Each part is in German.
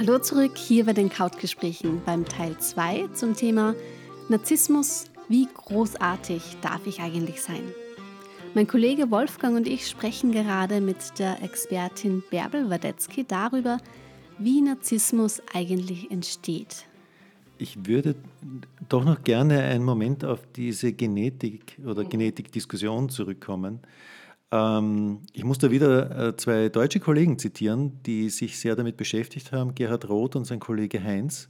Hallo zurück hier bei den Couchgesprächen beim Teil 2 zum Thema Narzissmus, wie großartig darf ich eigentlich sein? Mein Kollege Wolfgang und ich sprechen gerade mit der Expertin Bärbel Wadetzky darüber, wie Narzissmus eigentlich entsteht. Ich würde doch noch gerne einen Moment auf diese Genetik oder Genetikdiskussion zurückkommen. Ich muss da wieder zwei deutsche Kollegen zitieren, die sich sehr damit beschäftigt haben, Gerhard Roth und sein Kollege Heinz,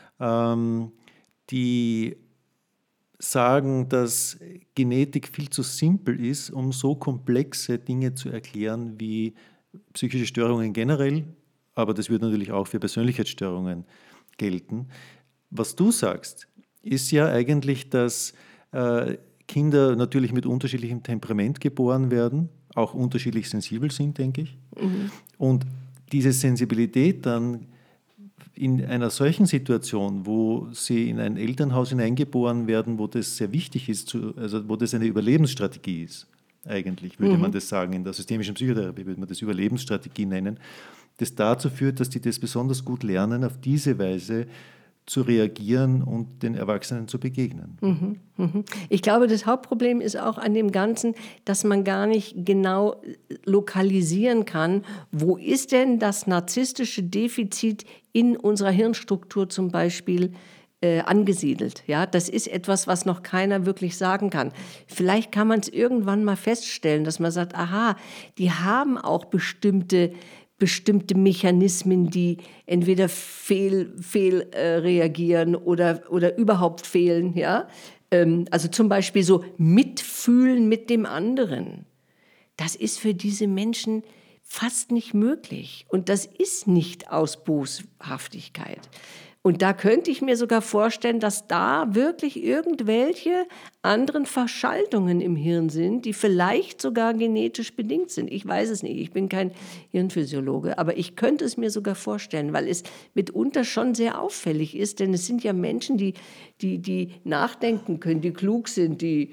die sagen, dass Genetik viel zu simpel ist, um so komplexe Dinge zu erklären wie psychische Störungen generell, aber das würde natürlich auch für Persönlichkeitsstörungen gelten. Was du sagst, ist ja eigentlich, dass Kinder natürlich mit unterschiedlichem Temperament geboren werden, auch unterschiedlich sensibel sind, denke ich. Mhm. Und diese Sensibilität dann in einer solchen Situation, wo sie in ein Elternhaus hineingeboren werden, wo das sehr wichtig ist, also wo das eine Überlebensstrategie ist, eigentlich würde man das sagen, in der systemischen Psychotherapie würde man das Überlebensstrategie nennen, das dazu führt, dass die das besonders gut lernen, auf diese Weise zu reagieren und den Erwachsenen zu begegnen. Ich glaube, das Hauptproblem ist auch an dem Ganzen, dass man gar nicht genau lokalisieren kann, wo ist denn das narzisstische Defizit in unserer Hirnstruktur zum Beispiel angesiedelt. Ja, das ist etwas, was noch keiner wirklich sagen kann. Vielleicht kann man es irgendwann mal feststellen, dass man sagt, aha, die haben auch bestimmte Mechanismen, die entweder fehl reagieren oder überhaupt fehlen. Ja? Also zum Beispiel so mitfühlen mit dem anderen. Das ist für diese Menschen fast nicht möglich. Und das ist nicht aus Boshaftigkeit. Und da könnte ich mir sogar vorstellen, dass da wirklich irgendwelche anderen Verschaltungen im Hirn sind, die vielleicht sogar genetisch bedingt sind. Ich weiß es nicht, ich bin kein Hirnphysiologe, aber ich könnte es mir sogar vorstellen, weil es mitunter schon sehr auffällig ist, denn es sind ja Menschen, die nachdenken können, die klug sind, die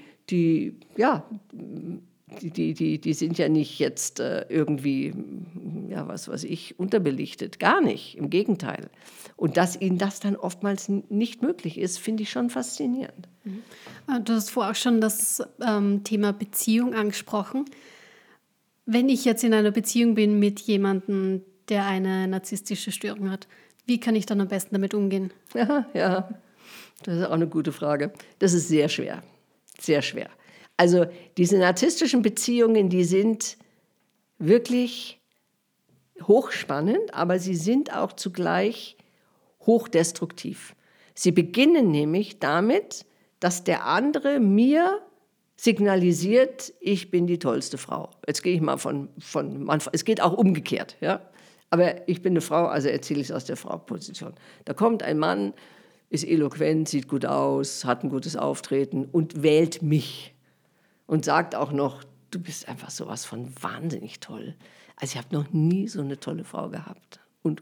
sind ja nicht jetzt irgendwie, was weiß ich, unterbelichtet. Gar nicht, im Gegenteil. Und dass ihnen das dann oftmals nicht möglich ist, finde ich schon faszinierend. Du hast vorher auch schon das Thema Beziehung angesprochen. Wenn ich jetzt in einer Beziehung bin mit jemandem, der eine narzisstische Störung hat, wie kann ich dann am besten damit umgehen? Ja, das ist auch eine gute Frage. Das ist sehr schwer, sehr schwer. Also diese narzisstischen Beziehungen, die sind wirklich hochspannend, aber sie sind auch zugleich hochdestruktiv. Sie beginnen nämlich damit, dass der andere mir signalisiert, ich bin die tollste Frau. Jetzt gehe ich mal von Mann, es geht auch umgekehrt, ja. Aber ich bin eine Frau, also erzähle ich es aus der Frau-Position. Da kommt ein Mann, ist eloquent, sieht gut aus, hat ein gutes Auftreten und wählt mich. Und sagt auch noch, du bist einfach sowas von wahnsinnig toll. Also ich habe noch nie so eine tolle Frau gehabt. Und.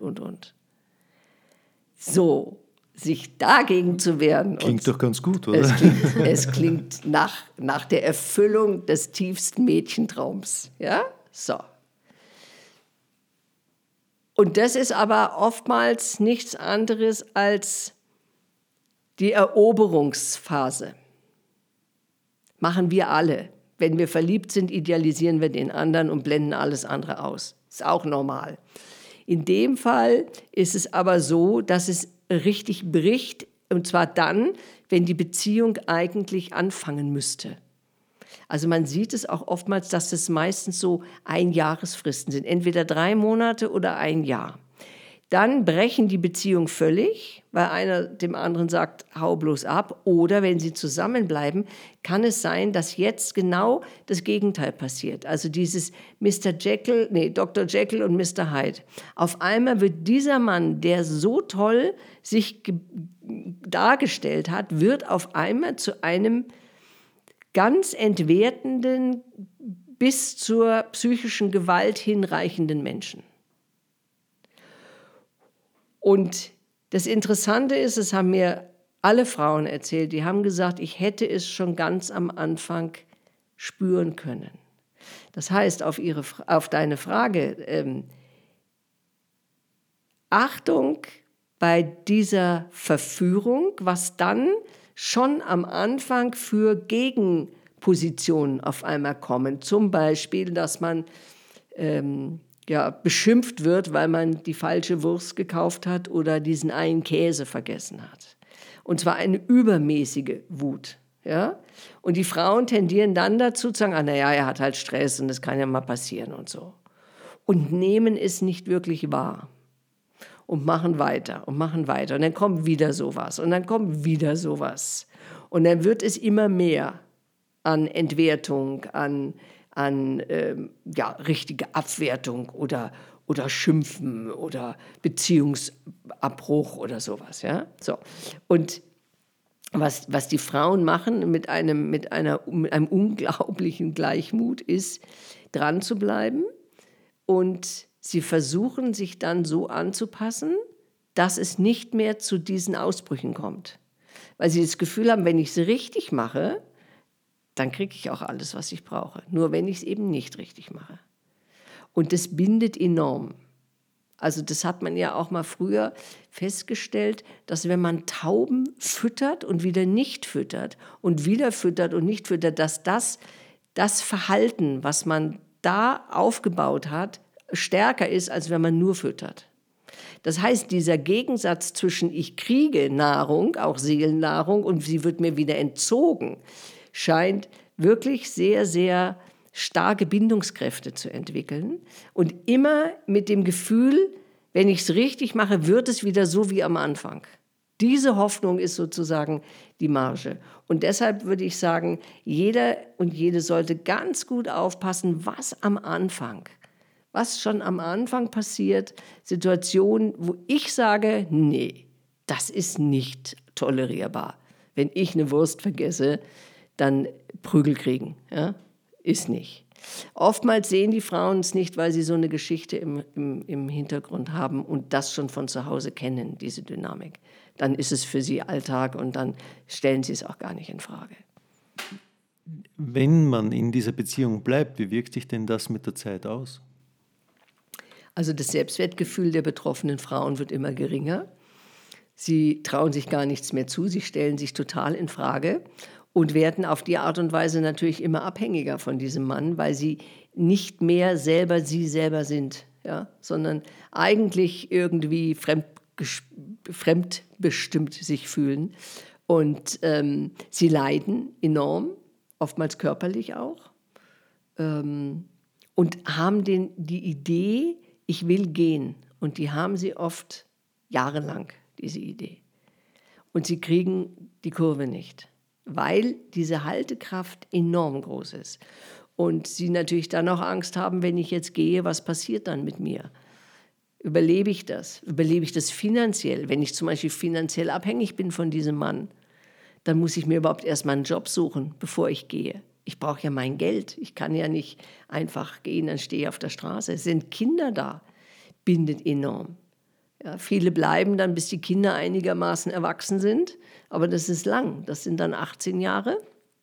So, sich dagegen zu wehren. Klingt doch ganz gut, oder? Es klingt nach der Erfüllung des tiefsten Mädchentraums. Ja, so. Und das ist aber oftmals nichts anderes als die Eroberungsphase. Machen wir alle. Wenn wir verliebt sind, idealisieren wir den anderen und blenden alles andere aus. Ist auch normal. In dem Fall ist es aber so, dass es richtig bricht, und zwar dann, wenn die Beziehung eigentlich anfangen müsste. Also man sieht es auch oftmals, dass es meistens so Einjahresfristen sind, entweder 3 Monate oder 1 Jahr. Dann brechen die Beziehung völlig, weil einer dem anderen sagt, hau bloß ab. Oder wenn sie zusammenbleiben, kann es sein, dass jetzt genau das Gegenteil passiert. Also dieses Dr. Jekyll und Mr. Hyde. Auf einmal wird dieser Mann, der so toll sich dargestellt hat, wird auf einmal zu einem ganz entwertenden, bis zur psychischen Gewalt hinreichenden Menschen. Und das Interessante ist, es haben mir alle Frauen erzählt, die haben gesagt, ich hätte es schon ganz am Anfang spüren können. Das heißt, auf deine Frage, Achtung bei dieser Verführung, was dann schon am Anfang für Gegenpositionen auf einmal kommen. Zum Beispiel, dass man beschimpft wird, weil man die falsche Wurst gekauft hat oder diesen einen Käse vergessen hat. Und zwar eine übermäßige Wut. Ja? Und die Frauen tendieren dann dazu zu sagen, er hat halt Stress und das kann ja mal passieren und so. Und nehmen es nicht wirklich wahr. Und machen weiter und machen weiter. Und dann kommt wieder sowas und dann kommt wieder sowas. Und dann wird es immer mehr an Entwertung, an richtige Abwertung oder Schimpfen oder Beziehungsabbruch oder sowas. Ja? So. Und was die Frauen machen mit einem unglaublichen Gleichmut ist, dran zu bleiben, und sie versuchen sich dann so anzupassen, dass es nicht mehr zu diesen Ausbrüchen kommt. Weil sie das Gefühl haben, wenn ich es richtig mache, dann kriege ich auch alles, was ich brauche. Nur wenn ich es eben nicht richtig mache. Und das bindet enorm. Also das hat man ja auch mal früher festgestellt, dass wenn man Tauben füttert und wieder nicht füttert und wieder füttert und nicht füttert, dass das Verhalten, was man da aufgebaut hat, stärker ist, als wenn man nur füttert. Das heißt, dieser Gegensatz zwischen ich kriege Nahrung, auch Seelennahrung, und sie wird mir wieder entzogen, scheint wirklich sehr, sehr starke Bindungskräfte zu entwickeln. Und immer mit dem Gefühl, wenn ich es richtig mache, wird es wieder so wie am Anfang. Diese Hoffnung ist sozusagen die Marge. Und deshalb würde ich sagen, jeder und jede sollte ganz gut aufpassen, was schon am Anfang passiert, Situationen, wo ich sage, nee, das ist nicht tolerierbar. Wenn ich eine Wurst vergesse, dann Prügel kriegen. Ja? Ist nicht. Oftmals sehen die Frauen es nicht, weil sie so eine Geschichte im Hintergrund haben und das schon von zu Hause kennen, diese Dynamik. Dann ist es für sie Alltag und dann stellen sie es auch gar nicht in Frage. Wenn man in dieser Beziehung bleibt, wie wirkt sich denn das mit der Zeit aus? Also das Selbstwertgefühl der betroffenen Frauen wird immer geringer. Sie trauen sich gar nichts mehr zu, sie stellen sich total in Frage und werden auf die Art und Weise natürlich immer abhängiger von diesem Mann, weil sie nicht mehr sie selber sind, ja, sondern eigentlich irgendwie fremdbestimmt sich fühlen. Und sie leiden enorm, oftmals körperlich auch, und haben die Idee, ich will gehen. Und die haben sie oft jahrelang, diese Idee. Und sie kriegen die Kurve nicht, weil diese Haltekraft enorm groß ist. Und sie natürlich dann auch Angst haben, wenn ich jetzt gehe, was passiert dann mit mir? Überlebe ich das? Überlebe ich das finanziell? Wenn ich zum Beispiel finanziell abhängig bin von diesem Mann, dann muss ich mir überhaupt erstmal einen Job suchen, bevor ich gehe. Ich brauche ja mein Geld. Ich kann ja nicht einfach gehen, dann stehe ich auf der Straße. Es sind Kinder da, bindet enorm. Ja, viele bleiben dann, bis die Kinder einigermaßen erwachsen sind, aber das ist lang. Das sind dann 18 Jahre.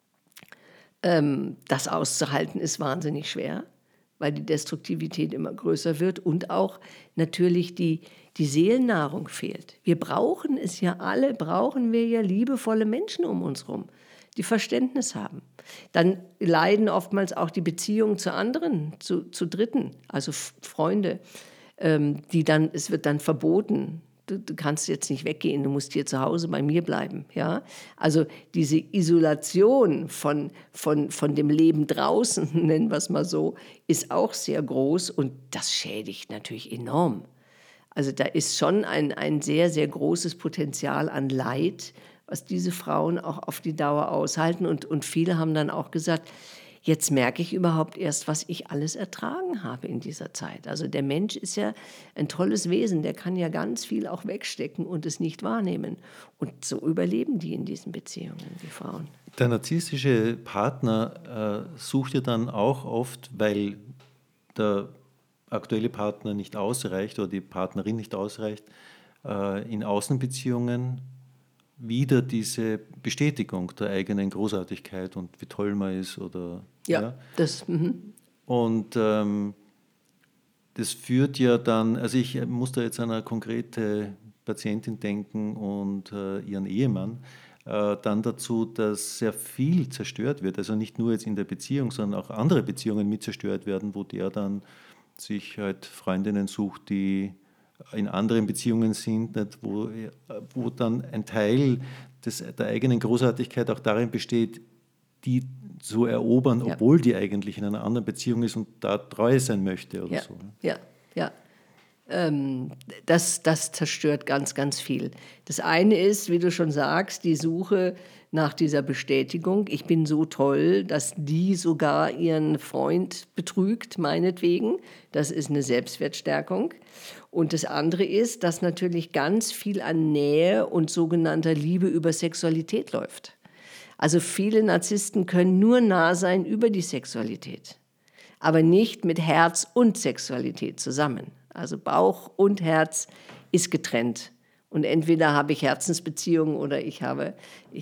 Das auszuhalten ist wahnsinnig schwer, weil die Destruktivität immer größer wird und auch natürlich die Seelennahrung fehlt. Wir brauchen es ja alle, brauchen wir ja liebevolle Menschen um uns herum, die Verständnis haben. Dann leiden oftmals auch die Beziehungen zu anderen, zu Dritten, also Freunde, es wird dann verboten. Du kannst jetzt nicht weggehen, du musst hier zu Hause bei mir bleiben. Ja? Also diese Isolation von dem Leben draußen, nennen wir es mal so, ist auch sehr groß und das schädigt natürlich enorm. Also da ist schon ein sehr, sehr großes Potenzial an Leid, was diese Frauen auch auf die Dauer aushalten. Und viele haben dann auch gesagt, jetzt merke ich überhaupt erst, was ich alles ertragen habe in dieser Zeit. Also der Mensch ist ja ein tolles Wesen, der kann ja ganz viel auch wegstecken und es nicht wahrnehmen. Und so überleben die in diesen Beziehungen, die Frauen. Der narzisstische Partner sucht ja dann auch oft, weil der aktuelle Partner nicht ausreicht oder die Partnerin nicht ausreicht, in Außenbeziehungen wieder diese Bestätigung der eigenen Großartigkeit und wie toll man ist. Oder, ja. Das. Und das das führt ja dann, also ich muss da jetzt an eine konkrete Patientin denken und ihren Ehemann, dann dazu, dass sehr viel zerstört wird. Also nicht nur jetzt in der Beziehung, sondern auch andere Beziehungen mit zerstört werden, wo der dann sich halt Freundinnen sucht, die in anderen Beziehungen sind, nicht, wo dann ein Teil der eigenen Großartigkeit auch darin besteht, die zu erobern, obwohl die eigentlich in einer anderen Beziehung ist und da treu sein möchte oder so. Ja. Das zerstört ganz, ganz viel. Das eine ist, wie du schon sagst, die Suche nach dieser Bestätigung. Ich bin so toll, dass die sogar ihren Freund betrügt, meinetwegen. Das ist eine Selbstwertstärkung. Und das andere ist, dass natürlich ganz viel an Nähe und sogenannter Liebe über Sexualität läuft. Also viele Narzissten können nur nah sein über die Sexualität, aber nicht mit Herz und Sexualität zusammen. Also Bauch und Herz ist getrennt. Und entweder habe ich Herzensbeziehungen oder ich habe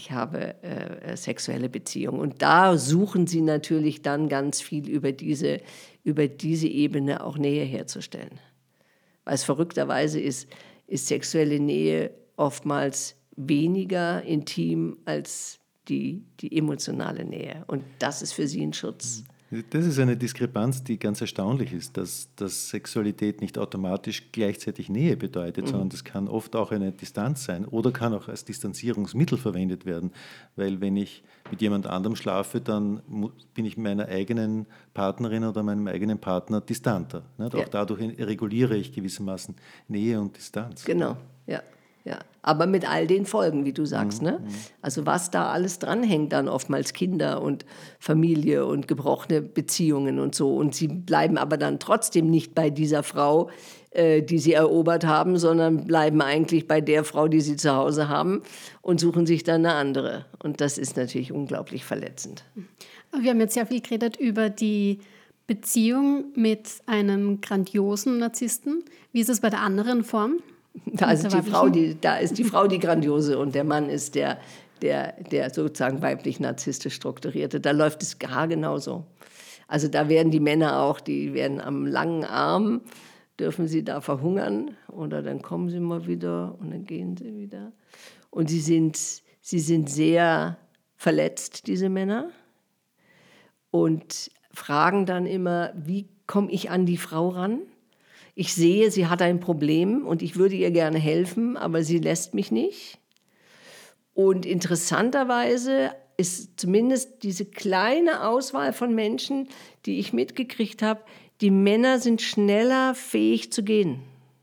sexuelle Beziehungen. Und da suchen sie natürlich dann ganz viel über diese Ebene auch Nähe herzustellen. Weil es verrückterweise ist sexuelle Nähe oftmals weniger intim als die emotionale Nähe. Und das ist für sie ein Schutz. Das ist eine Diskrepanz, die ganz erstaunlich ist, dass Sexualität nicht automatisch gleichzeitig Nähe bedeutet, sondern das kann oft auch eine Distanz sein oder kann auch als Distanzierungsmittel verwendet werden. Weil wenn ich mit jemand anderem schlafe, dann bin ich meiner eigenen Partnerin oder meinem eigenen Partner distanter. Nicht? Auch dadurch reguliere ich gewissermaßen Nähe und Distanz. Genau, ja. Aber mit all den Folgen, wie du sagst. Ne? Also was da alles dranhängt, dann oftmals Kinder und Familie und gebrochene Beziehungen und so. Und sie bleiben aber dann trotzdem nicht bei dieser Frau, die sie erobert haben, sondern bleiben eigentlich bei der Frau, die sie zu Hause haben und suchen sich dann eine andere. Und das ist natürlich unglaublich verletzend. Wir haben jetzt sehr viel geredet über die Beziehung mit einem grandiosen Narzissten. Wie ist es bei der anderen Form? Da ist die Frau die Grandiose und der Mann ist der sozusagen weiblich-narzisstisch strukturierte. Da läuft es gar genauso. Also da werden die Männer auch, die werden am langen Arm, dürfen sie da verhungern oder dann kommen sie mal wieder und dann gehen sie wieder. Und sie sind sehr verletzt, diese Männer, und fragen dann immer, wie komme ich an die Frau ran? Ich sehe, sie hat ein Problem und ich würde ihr gerne helfen, aber sie lässt mich nicht. Und interessanterweise ist zumindest diese kleine Auswahl von Menschen, die ich mitgekriegt habe, die Männer sind schneller fähig zu gehen.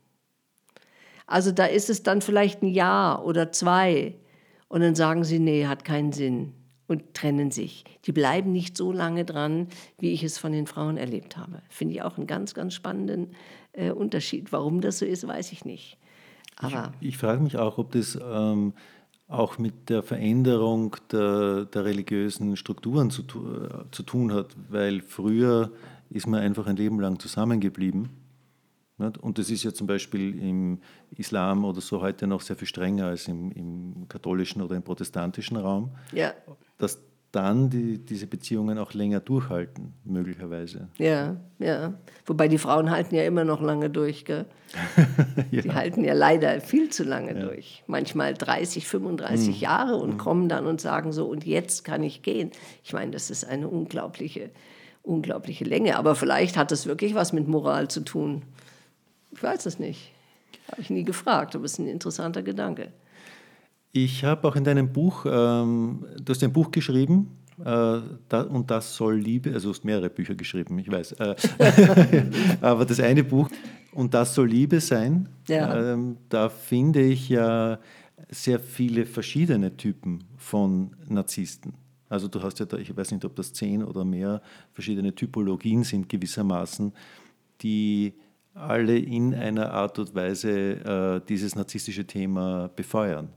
Also da ist es dann vielleicht ein Jahr oder 2 und dann sagen sie, nee, hat keinen Sinn und trennen sich. Die bleiben nicht so lange dran, wie ich es von den Frauen erlebt habe. Finde ich auch einen ganz, ganz spannenden Unterschied. Warum das so ist, weiß ich nicht. Aber ich frage mich auch, ob das auch mit der Veränderung der religiösen Strukturen zu tun hat, weil früher ist man einfach ein Leben lang zusammengeblieben. Nicht? Und das ist ja zum Beispiel im Islam oder so heute noch sehr viel strenger als im katholischen oder im protestantischen Raum. ja. Dass dann diese Beziehungen auch länger durchhalten, möglicherweise. Ja. Wobei die Frauen halten ja immer noch lange durch, gell? Die halten ja leider viel zu lange durch. Manchmal 30, 35 Jahre und kommen dann und sagen so, und jetzt kann ich gehen. Ich meine, das ist eine unglaubliche Länge. Aber vielleicht hat das wirklich was mit Moral zu tun. Ich weiß es nicht. Habe ich nie gefragt, aber es ist ein interessanter Gedanke. Ich habe auch in deinem Buch, du hast ein Buch geschrieben, und das soll Liebe, also du hast mehrere Bücher geschrieben, ich weiß, aber das eine Buch, und das soll Liebe sein, da finde ich ja sehr viele verschiedene Typen von Narzissten. Also du hast ja da, ich weiß nicht, ob das 10 oder mehr verschiedene Typologien sind gewissermaßen, die alle in einer Art und Weise dieses narzisstische Thema befeuern.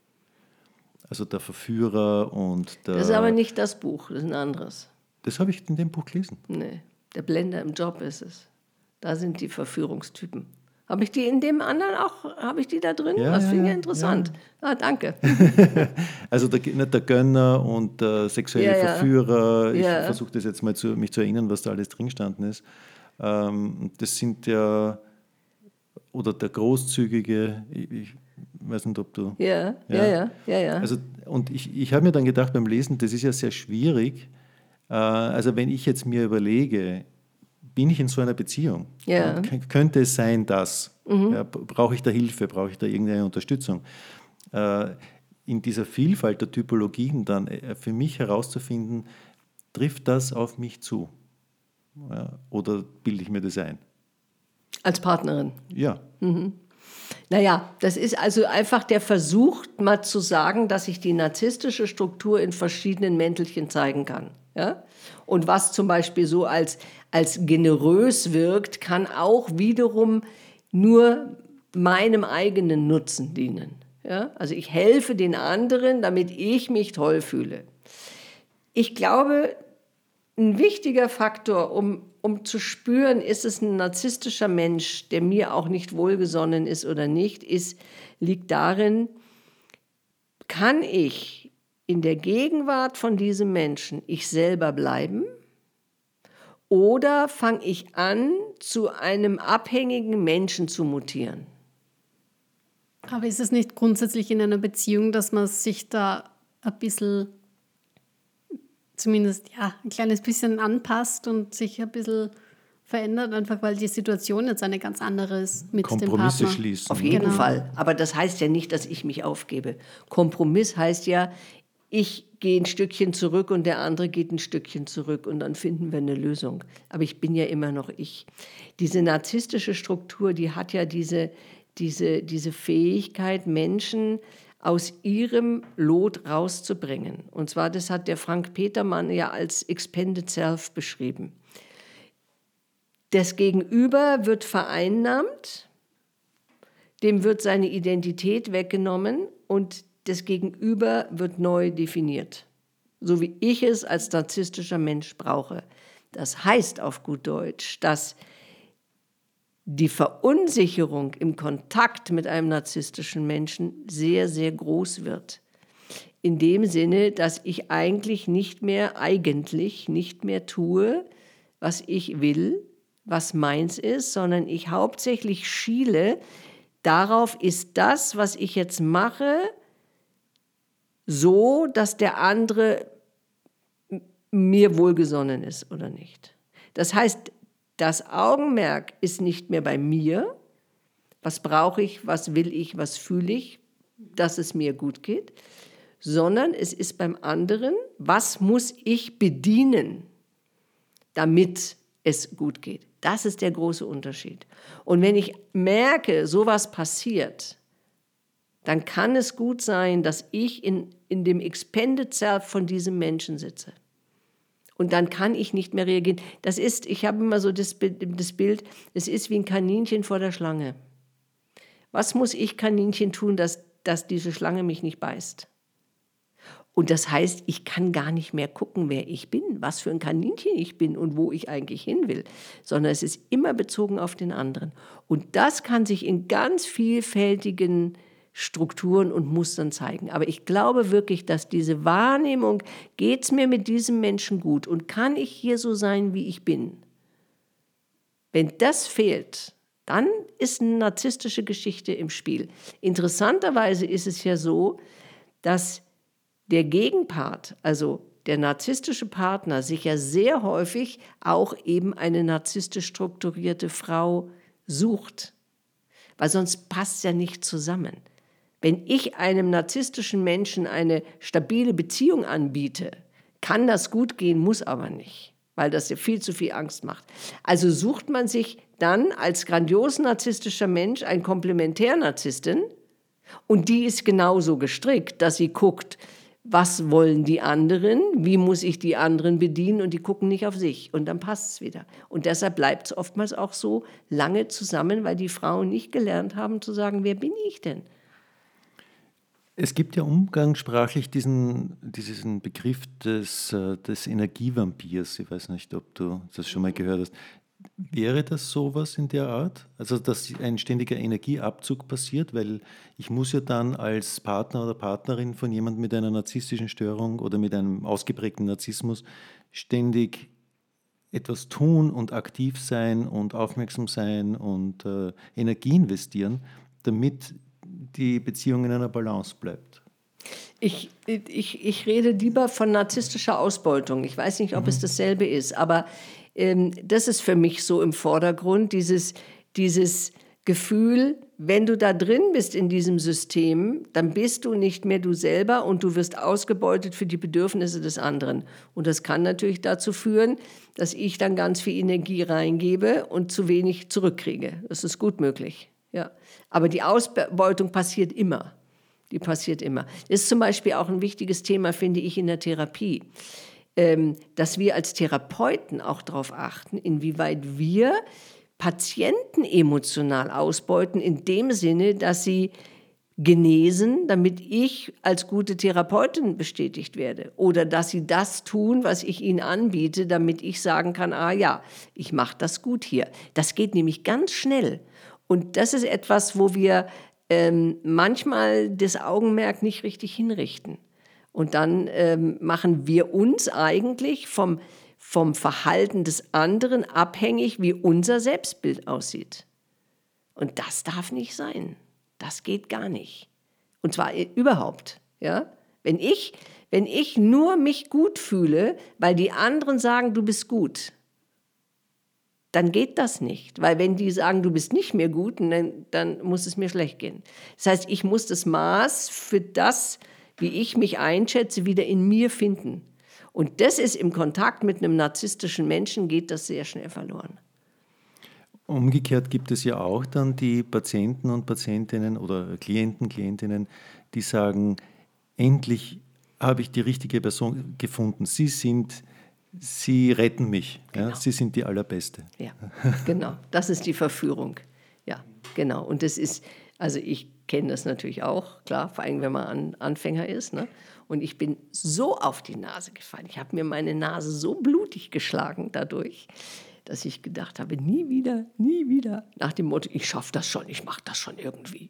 Also der Verführer und der... Das ist aber nicht das Buch, das ist ein anderes. Das habe ich in dem Buch gelesen. Nee, der Blender im Job ist es. Da sind die Verführungstypen. Habe ich die in dem anderen auch, habe ich die da drin? Ja, das finde ich interessant. Ja. Danke. Also der Gönner und der sexuelle Verführer, ich versuche das jetzt mal mich zu erinnern, was da alles drin gestanden ist. Das sind ja, oder der Großzügige, ich weiß nicht, ob du... Ja. Also, und ich habe mir dann gedacht beim Lesen, das ist ja sehr schwierig. Also wenn ich jetzt mir überlege, bin ich in so einer Beziehung? Ja. Könnte es sein, dass? Ja, brauche ich da Hilfe? Brauche ich da irgendeine Unterstützung? In dieser Vielfalt der Typologien dann für mich herauszufinden, trifft das auf mich zu? Ja, oder bilde ich mir das ein? Als Partnerin. Ja. Naja, das ist also einfach der Versuch, mal zu sagen, dass sich die narzisstische Struktur in verschiedenen Mäntelchen zeigen kann. Ja? Und was zum Beispiel so als generös wirkt, kann auch wiederum nur meinem eigenen Nutzen dienen. Ja? Also ich helfe den anderen, damit ich mich toll fühle. Ich glaube, ein wichtiger Faktor, um zu spüren, ist es ein narzisstischer Mensch, der mir auch nicht wohlgesonnen ist oder nicht, liegt darin, kann ich in der Gegenwart von diesem Menschen ich selber bleiben oder fange ich an, zu einem abhängigen Menschen zu mutieren? Aber ist es nicht grundsätzlich in einer Beziehung, dass man sich da ein bisschen, zumindest ein kleines bisschen anpasst und sich ein bisschen verändert, einfach weil die Situation jetzt eine ganz andere ist mit dem Partner? Kompromisse schließen. Auf jeden Fall. Aber das heißt ja nicht, dass ich mich aufgebe. Kompromiss heißt ja, ich gehe ein Stückchen zurück und der andere geht ein Stückchen zurück und dann finden wir eine Lösung. Aber ich bin ja immer noch ich. Diese narzisstische Struktur, die hat ja diese Fähigkeit, Menschen aus ihrem Lot rauszubringen. Und zwar, das hat der Frank Petermann ja als Expanded Self beschrieben. Das Gegenüber wird vereinnahmt, dem wird seine Identität weggenommen und das Gegenüber wird neu definiert, so wie ich es als narzisstischer Mensch brauche. Das heißt auf gut Deutsch, dass die Verunsicherung im Kontakt mit einem narzisstischen Menschen sehr, sehr groß wird. In dem Sinne, dass ich eigentlich nicht mehr tue, was ich will, was meins ist, sondern ich hauptsächlich schiele darauf, ist das, was ich jetzt mache, so, dass der andere mir wohlgesonnen ist oder nicht. Das heißt, das Augenmerk ist nicht mehr bei mir, was brauche ich, was will ich, was fühle ich, dass es mir gut geht, sondern es ist beim anderen, was muss ich bedienen, damit es gut geht. Das ist der große Unterschied. Und wenn ich merke, sowas passiert, dann kann es gut sein, dass ich in dem Expanded Self von diesem Menschen sitze. Und dann kann ich nicht mehr reagieren. Ich habe immer so das Bild, es ist wie ein Kaninchen vor der Schlange. Was muss ich, Kaninchen, tun, dass diese Schlange mich nicht beißt? Und das heißt, ich kann gar nicht mehr gucken, wer ich bin, was für ein Kaninchen ich bin und wo ich eigentlich hin will, sondern es ist immer bezogen auf den anderen. Und das kann sich in ganz vielfältigen Strukturen und Mustern zeigen. Aber ich glaube wirklich, dass diese Wahrnehmung, geht es mir mit diesem Menschen gut und kann ich hier so sein, wie ich bin? Wenn das fehlt, dann ist eine narzisstische Geschichte im Spiel. Interessanterweise ist es ja so, dass der Gegenpart, also der narzisstische Partner, sich ja sehr häufig auch eben eine narzisstisch strukturierte Frau sucht. Weil sonst passt es ja nicht zusammen. Wenn ich einem narzisstischen Menschen eine stabile Beziehung anbiete, kann das gut gehen, muss aber nicht, weil das ja viel zu viel Angst macht. Also sucht man sich dann als grandios narzisstischer Mensch eine Komplementärnarzisstin und die ist genauso gestrickt, dass sie guckt, was wollen die anderen, wie muss ich die anderen bedienen und die gucken nicht auf sich und dann passt es wieder. Und deshalb bleibt es oftmals auch so lange zusammen, weil die Frauen nicht gelernt haben zu sagen, wer bin ich denn? Es gibt ja umgangssprachlich diesen Begriff des Energievampirs. Ich weiß nicht, ob du das schon mal gehört hast. Wäre das sowas in der Art? Also, dass ein ständiger Energieabzug passiert, weil ich muss ja dann als Partner oder Partnerin von jemandem mit einer narzisstischen Störung oder mit einem ausgeprägten Narzissmus ständig etwas tun und aktiv sein und aufmerksam sein und Energie investieren, damit die Beziehung in einer Balance bleibt. Ich rede lieber von narzisstischer Ausbeutung. Ich weiß nicht, ob es dasselbe ist, aber das ist für mich so im Vordergrund, dieses Gefühl, wenn du da drin bist in diesem System, dann bist du nicht mehr du selber und du wirst ausgebeutet für die Bedürfnisse des anderen. Und das kann natürlich dazu führen, dass ich dann ganz viel Energie reingebe und zu wenig zurückkriege. Das ist gut möglich. Ja. Aber die Ausbeutung passiert immer. Die passiert immer. Das ist zum Beispiel auch ein wichtiges Thema, finde ich, in der Therapie. Dass wir als Therapeuten auch darauf achten, inwieweit wir Patienten emotional ausbeuten, in dem Sinne, dass sie genesen, damit ich als gute Therapeutin bestätigt werde. Oder dass sie das tun, was ich ihnen anbiete, damit ich sagen kann, ja, ich mache das gut hier. Das geht nämlich ganz schnell. Und das ist etwas, wo wir manchmal das Augenmerk nicht richtig hinrichten. Und dann machen wir uns eigentlich vom Verhalten des anderen abhängig, wie unser Selbstbild aussieht. Und das darf nicht sein. Das geht gar nicht. Und zwar überhaupt. Ja? Wenn ich nur mich gut fühle, weil die anderen sagen, du bist gut, dann geht das nicht. Weil wenn die sagen, du bist nicht mehr gut, dann muss es mir schlecht gehen. Das heißt, ich muss das Maß für das, wie ich mich einschätze, wieder in mir finden. Und das ist im Kontakt mit einem narzisstischen Menschen, geht das sehr schnell verloren. Umgekehrt gibt es ja auch dann die Patienten und Patientinnen oder Klienten, Klientinnen, die sagen, endlich habe ich die richtige Person gefunden. Sie retten mich. Genau. Ja, Sie sind die Allerbeste. Ja, genau. Das ist die Verführung. Ja, genau. Und das ist, also ich kenne das natürlich auch, klar, vor allem wenn man Anfänger ist. Ne? Und ich bin so auf die Nase gefallen. Ich habe mir meine Nase so blutig geschlagen dadurch, dass ich gedacht habe, nie wieder, nie wieder. Nach dem Motto, ich schaffe das schon, ich mache das schon irgendwie.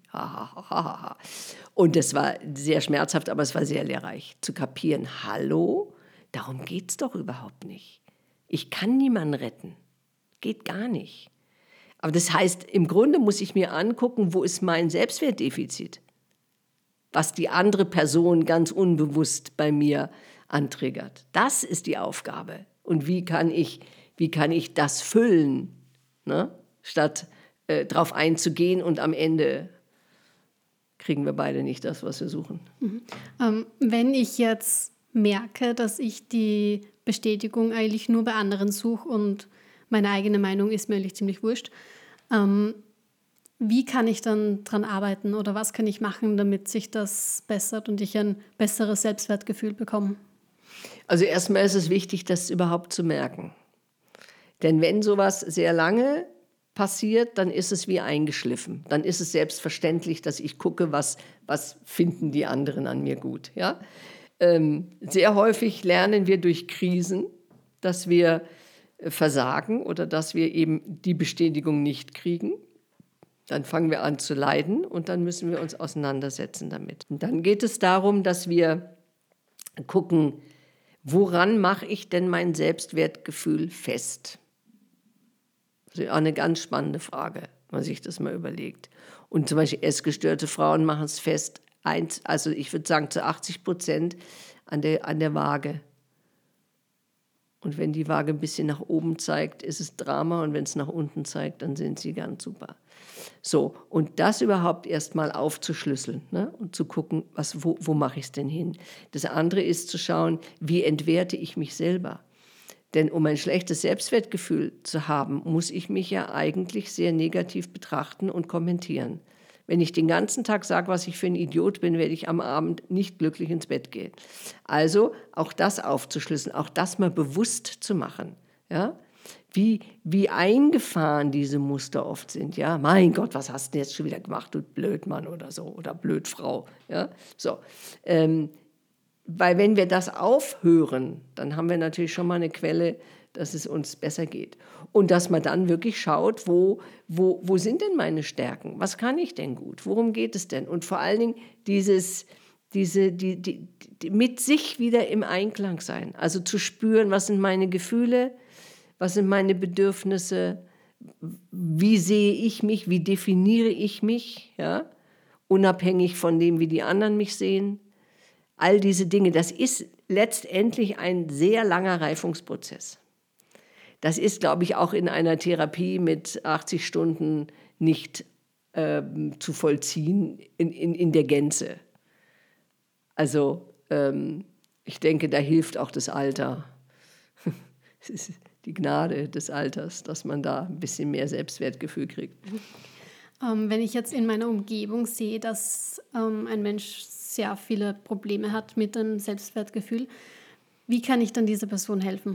Und das war sehr schmerzhaft, aber es war sehr lehrreich zu kapieren. Hallo? Darum geht es doch überhaupt nicht. Ich kann niemanden retten. Geht gar nicht. Aber das heißt, im Grunde muss ich mir angucken, wo ist mein Selbstwertdefizit? Was die andere Person ganz unbewusst bei mir antriggert. Das ist die Aufgabe. Und wie kann ich das füllen, ne? Statt drauf einzugehen und am Ende kriegen wir beide nicht das, was wir suchen. Wenn ich jetzt merke, dass ich die Bestätigung eigentlich nur bei anderen suche und meine eigene Meinung ist mir eigentlich ziemlich wurscht, wie kann ich dann dran arbeiten oder was kann ich machen, damit sich das bessert und ich ein besseres Selbstwertgefühl bekomme? Also erstmal ist es wichtig, das überhaupt zu merken. Denn wenn sowas sehr lange passiert, dann ist es wie eingeschliffen. Dann ist es selbstverständlich, dass ich gucke, was finden die anderen an mir gut. Ja? Sehr häufig lernen wir durch Krisen, dass wir versagen oder dass wir eben die Bestätigung nicht kriegen. Dann fangen wir an zu leiden und dann müssen wir uns auseinandersetzen damit. Und dann geht es darum, dass wir gucken, woran mache ich denn mein Selbstwertgefühl fest? Das ist auch eine ganz spannende Frage, wenn man sich das mal überlegt. Und zum Beispiel essgestörte Frauen machen es fest, also ich würde sagen zu 80% an der Waage. Und wenn die Waage ein bisschen nach oben zeigt, ist es Drama. Und wenn es nach unten zeigt, dann sind sie ganz super. So, und das überhaupt erst mal aufzuschlüsseln, ne? Und zu gucken, wo mache ich es denn hin? Das andere ist zu schauen, wie entwerte ich mich selber? Denn um ein schlechtes Selbstwertgefühl zu haben, muss ich mich ja eigentlich sehr negativ betrachten und kommentieren. Wenn ich den ganzen Tag sage, was ich für ein Idiot bin, werde ich am Abend nicht glücklich ins Bett gehen. Also auch das aufzuschlüsseln, auch das mal bewusst zu machen. Ja? Wie eingefahren diese Muster oft sind. Ja? Mein Gott, was hast du jetzt schon wieder gemacht, du Blödmann oder so, oder Blödfrau. Ja? So. Weil wenn wir das aufhören, dann haben wir natürlich schon mal eine Quelle, dass es uns besser geht. Und dass man dann wirklich schaut, wo sind denn meine Stärken? Was kann ich denn gut? Worum geht es denn? Und vor allen Dingen mit sich wieder im Einklang sein. Also zu spüren, was sind meine Gefühle, Was sind meine Bedürfnisse? Wie sehe ich mich? Wie definiere ich mich? Ja? Unabhängig von dem, wie die anderen mich sehen. All diese Dinge, das ist letztendlich ein sehr langer Reifungsprozess. Das ist, glaube ich, auch in einer Therapie mit 80 Stunden nicht zu vollziehen in der Gänze. Also ich denke, da hilft auch das Alter. Es ist die Gnade des Alters, dass man da ein bisschen mehr Selbstwertgefühl kriegt. Wenn ich jetzt in meiner Umgebung sehe, dass ein Mensch sehr viele Probleme hat mit dem Selbstwertgefühl, wie kann ich dann dieser Person helfen?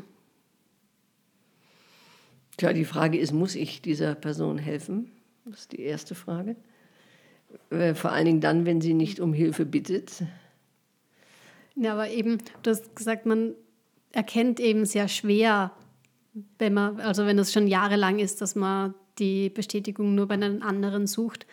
Tja, die Frage ist, muss ich dieser Person helfen? Das ist die erste Frage. Vor allen Dingen dann, wenn sie nicht um Hilfe bittet. Ja, aber eben, du hast gesagt, man erkennt eben sehr schwer, wenn es schon jahrelang ist, dass man die Bestätigung nur bei einem anderen sucht.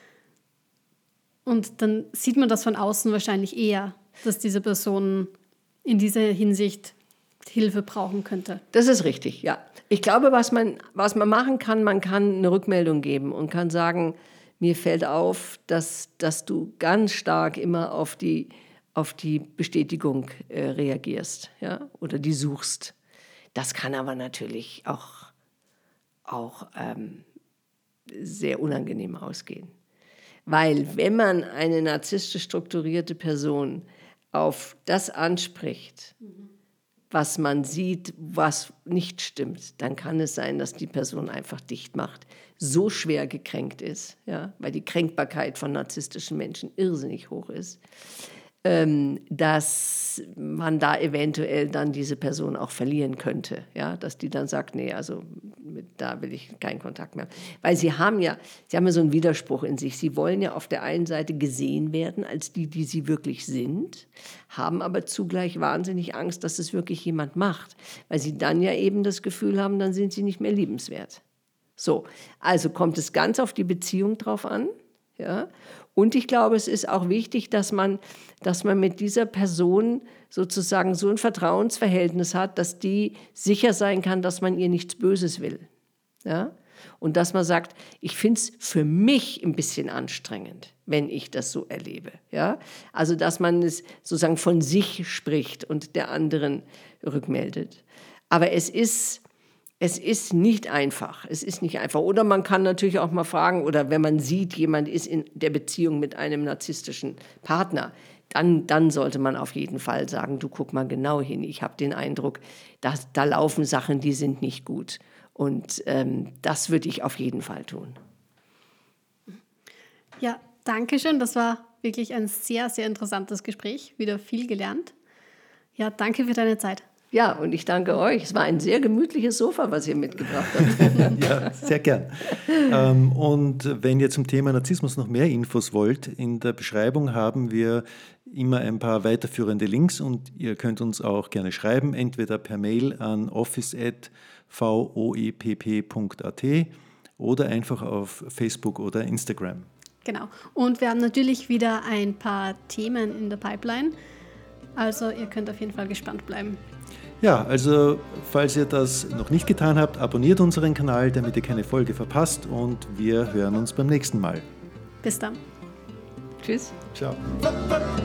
Und dann sieht man das von außen wahrscheinlich eher, dass diese Person in dieser Hinsicht Hilfe brauchen könnte. Das ist richtig, ja. Ich glaube, was man machen kann, man kann eine Rückmeldung geben und kann sagen, mir fällt auf, dass du ganz stark immer auf die Bestätigung reagierst, ja, oder die suchst. Das kann aber natürlich auch sehr unangenehm ausgehen. Weil wenn man eine narzisstisch strukturierte Person auf das anspricht, was man sieht, was nicht stimmt, dann kann es sein, dass die Person einfach dicht macht, so schwer gekränkt ist, ja, weil die Kränkbarkeit von narzisstischen Menschen irrsinnig hoch ist, dass man da eventuell dann diese Person auch verlieren könnte, ja, dass die dann sagt, nee, also da will ich keinen Kontakt mehr. Weil sie haben ja so einen Widerspruch in sich. Sie wollen ja auf der einen Seite gesehen werden als die sie wirklich sind, haben aber zugleich wahnsinnig Angst, dass es wirklich jemand macht, weil sie dann ja eben das Gefühl haben, dann sind sie nicht mehr liebenswert. So, also kommt es ganz auf die Beziehung drauf an, ja. Und ich glaube, es ist auch wichtig, dass man mit dieser Person sozusagen so ein Vertrauensverhältnis hat, dass die sicher sein kann, dass man ihr nichts Böses will. Ja? Und dass man sagt, ich finde es für mich ein bisschen anstrengend, wenn ich das so erlebe. Ja? Also dass man es sozusagen von sich spricht und der anderen rückmeldet. Aber es ist nicht einfach. Es ist nicht einfach. Oder man kann natürlich auch mal fragen, oder wenn man sieht, jemand ist in der Beziehung mit einem narzisstischen Partner, dann sollte man auf jeden Fall sagen, du guck mal genau hin. Ich habe den Eindruck, dass da laufen Sachen, die sind nicht gut. Und das würde ich auf jeden Fall tun. Ja, danke schön. Das war wirklich ein sehr, sehr interessantes Gespräch. Wieder viel gelernt. Ja, danke für deine Zeit. Ja, und ich danke euch. Es war ein sehr gemütliches Sofa, was ihr mitgebracht habt. Ja, sehr gern. Und wenn ihr zum Thema Narzissmus noch mehr Infos wollt, in der Beschreibung haben wir immer ein paar weiterführende Links und ihr könnt uns auch gerne schreiben, entweder per Mail an office@voepp.at oder einfach auf Facebook oder Instagram. Genau. Und wir haben natürlich wieder ein paar Themen in der Pipeline. Also ihr könnt auf jeden Fall gespannt bleiben. Ja, also falls ihr das noch nicht getan habt, abonniert unseren Kanal, damit ihr keine Folge verpasst und wir hören uns beim nächsten Mal. Bis dann. Tschüss. Ciao.